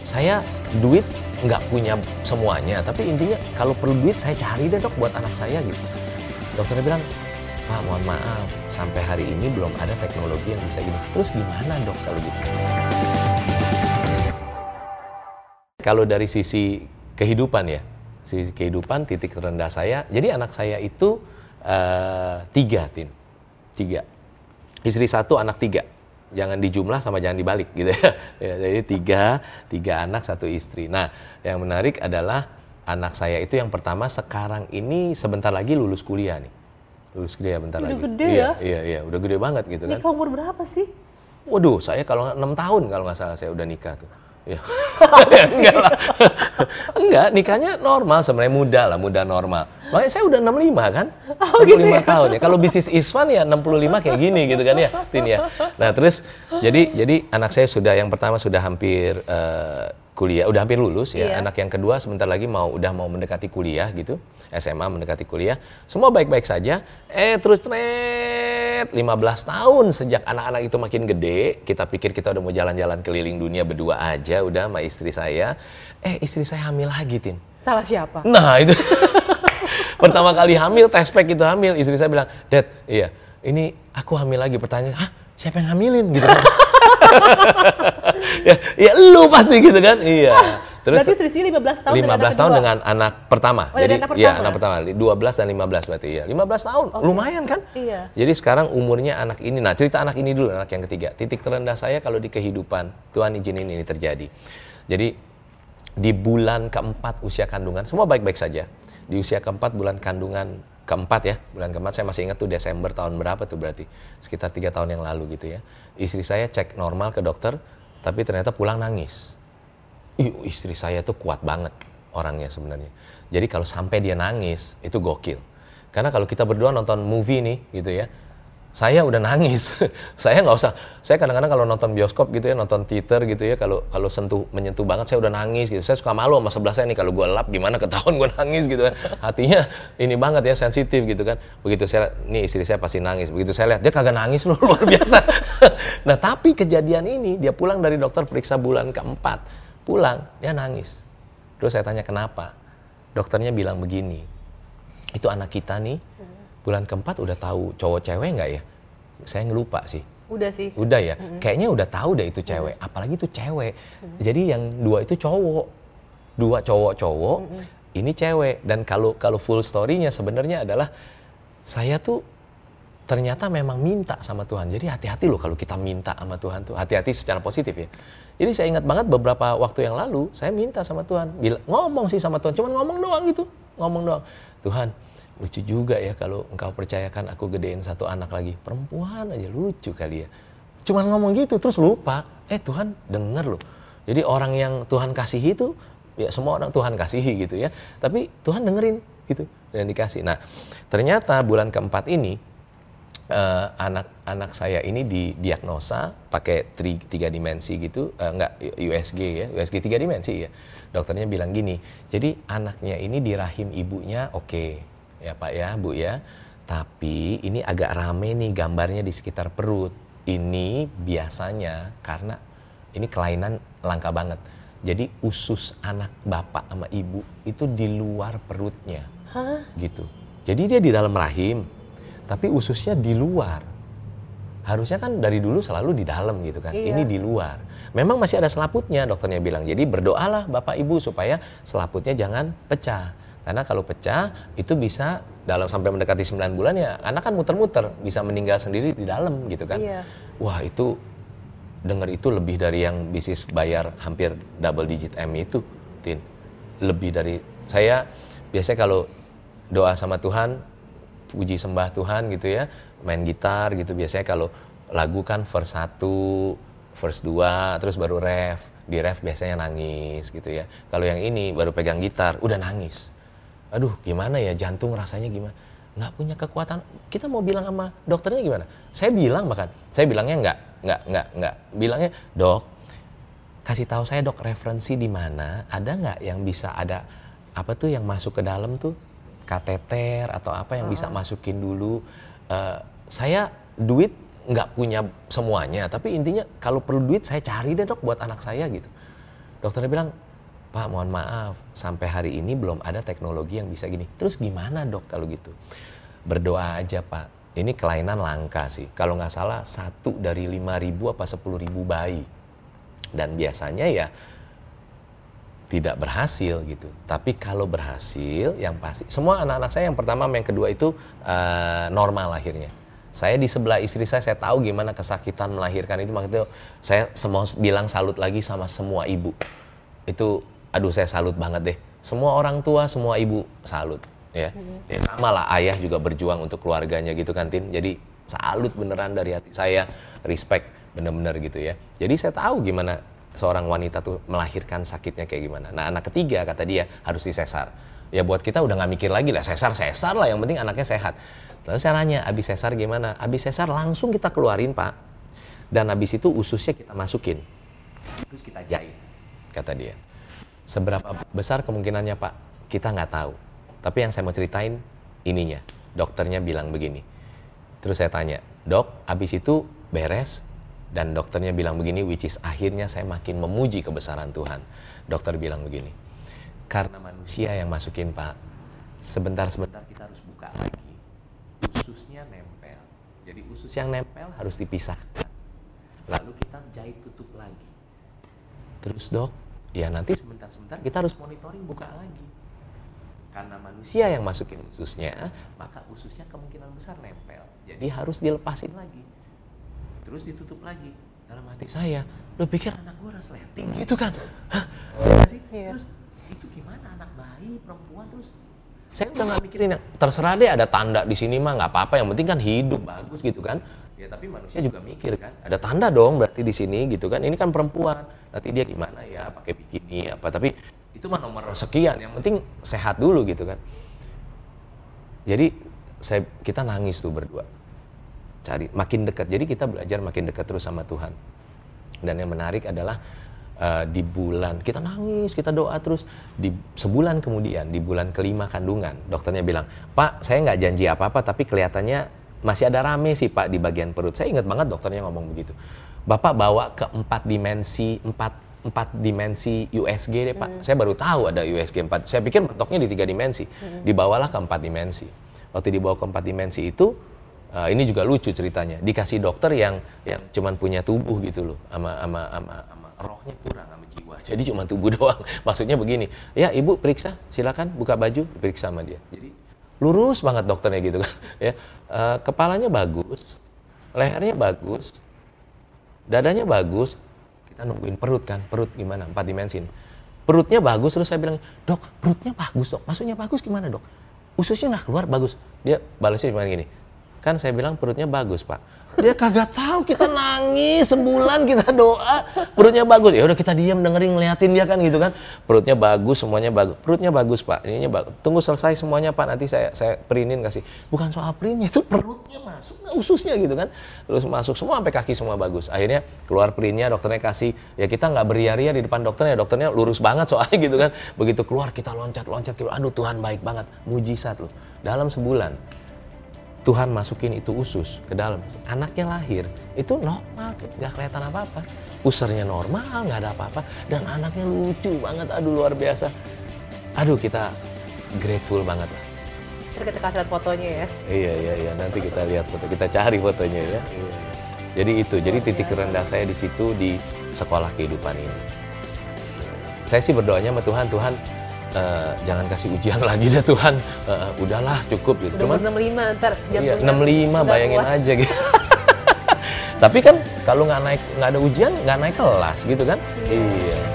saya duit nggak punya semuanya, tapi intinya kalau perlu duit saya cari deh dok buat anak saya gitu. Dokternya bilang, Pak mohon maaf, sampai hari ini belum ada teknologi yang bisa gini. Terus gimana dok kalau gitu? Kalau dari sisi kehidupan ya, sisi kehidupan titik terendah saya, jadi anak saya itu 3, Tin. 3. Istri 1, anak 3. Jangan dijumlah sama jangan dibalik gitu ya. Jadi 3 anak 1 istri. Nah, yang menarik adalah anak saya itu yang pertama sekarang ini sebentar lagi lulus kuliah nih. Lulus kuliah bentar lagi. Udah gede ya? Iya, udah gede banget gitu kan. Nikah umur berapa sih? Waduh, saya kalau 6 tahun kalau nggak salah saya udah nikah tuh. Ya. Enggak lah. Enggak, nikahnya normal sebenarnya, muda normal. Makanya saya udah 65 kan? 65 gitu ya? Tahun ya. Kalau bisnis Isvan ya 65 kayak gini gitu kan ya, Tin ya. Nah, terus jadi anak saya yang pertama sudah hampir kuliah, udah hampir lulus ya. Iya. Anak yang kedua sebentar lagi udah mau mendekati kuliah gitu. SMA mendekati kuliah. Semua baik-baik saja. Terus 15 tahun sejak anak-anak itu makin gede, kita pikir kita udah mau jalan-jalan keliling dunia berdua aja udah sama istri saya. Istri saya hamil lagi, Tin. Salah siapa? Nah, itu. Pertama kali hamil, tes pack itu hamil. Istri saya bilang, Dad, iya, ini aku hamil lagi. Pertanyaan, siapa yang hamilin? Gitu kan. ya lu pasti gitu kan. Iya. Terus berarti selisih 15 tahun 15 tahun dengan anak pertama. Jadi anak pertama. 12 dan 15 berarti ya. 15 tahun. Okay. Lumayan kan? Iya. Jadi sekarang umurnya anak ini. Nah, cerita anak ini dulu, anak yang ketiga. Titik terendah saya kalau di kehidupan, Tuhan izinin ini terjadi. Jadi di bulan keempat usia kandungan, semua baik-baik saja. Di usia keempat bulan kandungan keempat ya, bulan keempat saya masih ingat tuh Desember tahun berapa tuh berarti sekitar 3 tahun yang lalu gitu ya. Istri saya cek normal ke dokter, tapi ternyata pulang nangis. Istri saya tuh kuat banget orangnya sebenarnya. Jadi kalau sampai dia nangis itu gokil. Karena kalau kita berdua nonton movie nih gitu ya, saya udah nangis. Saya nggak usah. Saya kadang-kadang kalau nonton bioskop gitu ya, nonton teater gitu ya, kalau menyentuh banget saya udah nangis gitu. Saya suka malu sama sebelah saya nih, kalau gue lap gimana ketahuan gue nangis gitu kan. Hatinya ini banget ya, sensitif gitu kan. Begitu nih istri saya pasti nangis. Begitu saya lihat dia kagak nangis loh, luar biasa. Nah tapi kejadian ini dia pulang dari dokter periksa bulan keempat, pulang dia nangis. Terus saya tanya kenapa? Dokternya bilang begini, itu anak kita nih bulan keempat udah tahu cowok cewek nggak ya? Saya ngelupa sih. Udah sih. Udah ya. Kayaknya udah tahu deh itu cewek. Apalagi itu cewek. Jadi yang 2 itu cowok. 2 cowok. Ini cewek. Dan kalau full story-nya sebenarnya adalah saya tuh ternyata memang minta sama Tuhan. Jadi hati-hati loh kalau kita minta sama Tuhan tuh. Hati-hati secara positif ya. Jadi saya ingat banget beberapa waktu yang lalu saya minta sama Tuhan. Ngomong sih sama Tuhan. Cuman ngomong doang gitu. Ngomong doang. Tuhan, lucu juga ya kalau engkau percayakan aku gedein 1 anak lagi. Perempuan aja lucu kali ya. Cuman ngomong gitu terus lupa. Tuhan denger loh. Jadi orang yang Tuhan kasihi itu, ya semua orang Tuhan kasihi gitu ya. Tapi Tuhan dengerin gitu dan dikasih. Nah ternyata bulan keempat ini anak saya ini didiagnosa pakai 3 dimensi gitu. USG ya. USG 3 dimensi ya. Dokternya bilang gini, jadi anaknya ini di rahim ibunya oke. Ya Pak ya, Bu ya. Tapi ini agak rame nih gambarnya di sekitar perut. Ini biasanya karena ini kelainan langka banget. Jadi usus anak bapak sama ibu itu di luar perutnya. Gitu. Jadi dia di dalam rahim, tapi ususnya di luar. Harusnya kan dari dulu selalu di dalam gitu kan. Iya. Ini di luar. Memang masih ada selaputnya, dokternya bilang. Jadi berdoalah bapak ibu supaya selaputnya jangan pecah. Karena kalau pecah itu bisa dalam sampai mendekati 9 bulan ya anak kan muter-muter, bisa meninggal sendiri di dalam gitu kan. Iya. Wah itu denger itu lebih dari yang bisnis bayar hampir double digit M itu, Tin. Lebih dari saya biasanya kalau doa sama Tuhan, puji sembah Tuhan gitu ya, main gitar gitu biasanya kalau lagu kan verse 1, verse 2, terus baru ref. Di ref biasanya nangis gitu ya. Kalau yang ini baru pegang gitar udah nangis. Aduh gimana ya, jantung rasanya gimana, nggak punya kekuatan. Kita mau bilang sama dokternya gimana? Saya bilangnya nggak, bilangnya dok, kasih tahu saya dok referensi di mana, ada nggak yang bisa ada apa tuh yang masuk ke dalam tuh kateter atau apa yang bisa masukin dulu. Saya duit nggak punya semuanya, tapi intinya kalau perlu duit saya cari deh dok buat anak saya gitu. Dokternya bilang, Pak mohon maaf, sampai hari ini belum ada teknologi yang bisa gini. Terus gimana dok kalau gitu? Berdoa aja Pak. Ini kelainan langka sih. Kalau nggak salah 1 dari 5.000 apa 10.000 bayi. Dan biasanya ya tidak berhasil gitu. Tapi kalau berhasil, yang pasti semua anak-anak saya yang pertama, yang kedua itu normal lahirnya. Saya di sebelah istri saya tahu gimana kesakitan melahirkan itu. Makanya saya semua bilang salut lagi sama semua ibu. Itu, aduh saya salut banget deh. Semua orang tua, semua ibu salut. Ya, sama lah ayah juga berjuang untuk keluarganya gitu kan Tin. Jadi salut beneran dari hati saya, respect bener-bener gitu ya. Jadi saya tahu gimana seorang wanita tuh melahirkan sakitnya kayak gimana. Nah anak ketiga kata dia harus disesar. Ya buat kita udah gak mikir lagi lah, sesar lah, yang penting anaknya sehat. Lalu saya nanya, abis sesar gimana? Abis sesar langsung kita keluarin Pak. Dan abis itu ususnya kita masukin. Terus kita jahit, kata dia. Seberapa besar kemungkinannya Pak? Kita nggak tahu. Tapi yang saya mau ceritain ininya. Dokternya bilang begini. Terus saya tanya, dok, abis itu beres? Dan dokternya bilang begini, which is akhirnya saya makin memuji kebesaran Tuhan. Dokter bilang begini, karena manusia yang masukin Pak, sebentar-sebentar kita harus buka lagi. Ususnya nempel. Jadi usus yang nempel harus dipisahkan. Lalu kita jahit tutup lagi. Terus dok, ya nanti sebentar-sebentar kita harus monitoring buka lagi. Karena manusia yang masukin ususnya, maka ususnya kemungkinan besar nempel. Jadi harus dilepasin lagi. Terus ditutup lagi. Dalam hati saya, lo pikir anak gue resleting gitu kan? Hah? Ya sih? Iya. Terus itu gimana anak bayi, perempuan terus? Saya udah gak mikirin, terserah deh ada tanda di sini mah nggak apa-apa. Yang penting kan hidup bagus gitu kan? Ya tapi manusia juga mikir kan, ada tanda dong berarti di sini gitu kan? Ini kan perempuan, nanti dia gimana ya, pakai bikini apa? Tapi itu mah nomor sekian, yang penting sehat dulu gitu kan. Jadi kita nangis tuh berdua, cari makin dekat. Jadi kita belajar makin dekat terus sama Tuhan. Dan yang menarik adalah di bulan kita nangis, kita doa terus. Di sebulan kemudian, di bulan kelima kandungan, dokternya bilang, Pak saya nggak janji apa-apa, tapi kelihatannya masih ada rame sih Pak di bagian perut. Saya ingat banget dokternya ngomong begitu. Bapak bawa ke 4 dimensi USG deh Pak. Saya baru tahu ada USG 4. Saya pikir mentoknya di 3 dimensi. Dibawalah ke 4 dimensi. Waktu dibawa ke 4 dimensi itu, ini juga lucu ceritanya. Dikasih dokter yang cuman punya tubuh gitu loh, sama rohnya kurang, sama jiwa. Jadi cuma tubuh doang. Maksudnya begini, ya ibu periksa, silakan buka baju, periksa sama dia. Jadi lurus banget dokternya gitu kan. Ya, kepalanya bagus, lehernya bagus, dadanya bagus. Kita nungguin perut kan, perut gimana, 4 dimensi. Perutnya bagus, terus saya bilang, dok perutnya bagus dok, maksudnya bagus gimana dok? Ususnya nggak keluar, bagus. Dia balasnya cuma gini, kan saya bilang perutnya bagus Pak. Dia kagak tahu, kita nangis sebulan, kita doa perutnya bagus. Ya udah kita diam dengerin ngeliatin dia kan gitu kan. Perutnya bagus, semuanya bagus. Perutnya bagus Pak, ininya bagus. Tunggu selesai semuanya Pak, nanti saya printin kasih. Bukan soal printnya, itu perutnya masuk, nah, ususnya gitu kan. Terus masuk semua sampai kaki semua bagus. Akhirnya keluar printnya, dokternya kasih. Ya kita nggak beria-ria di depan dokternya lurus banget soalnya gitu kan. Begitu keluar kita loncat-loncat, aduh Tuhan baik banget, mujizat loh. Dalam sebulan Tuhan masukin itu usus ke dalam, anaknya lahir, itu normal, nggak kelihatan apa-apa. Usernya normal, nggak ada apa-apa, dan anaknya lucu banget, aduh luar biasa. Aduh kita grateful banget lah. Terus kita kasih lihat fotonya ya. Iya, nanti kita lihat foto, kita cari fotonya ya. Iya. Jadi itu, jadi titik terendah saya di situ di sekolah kehidupan ini. Saya sih berdoanya sama Tuhan, jangan kasih ujian lagi deh Tuhan, udahlah cukup gitu. Udah 65 ntar iya, 65 bayangin aja gitu. Tapi kan kalau nggak ada ujian nggak naik kelas gitu kan. Iya.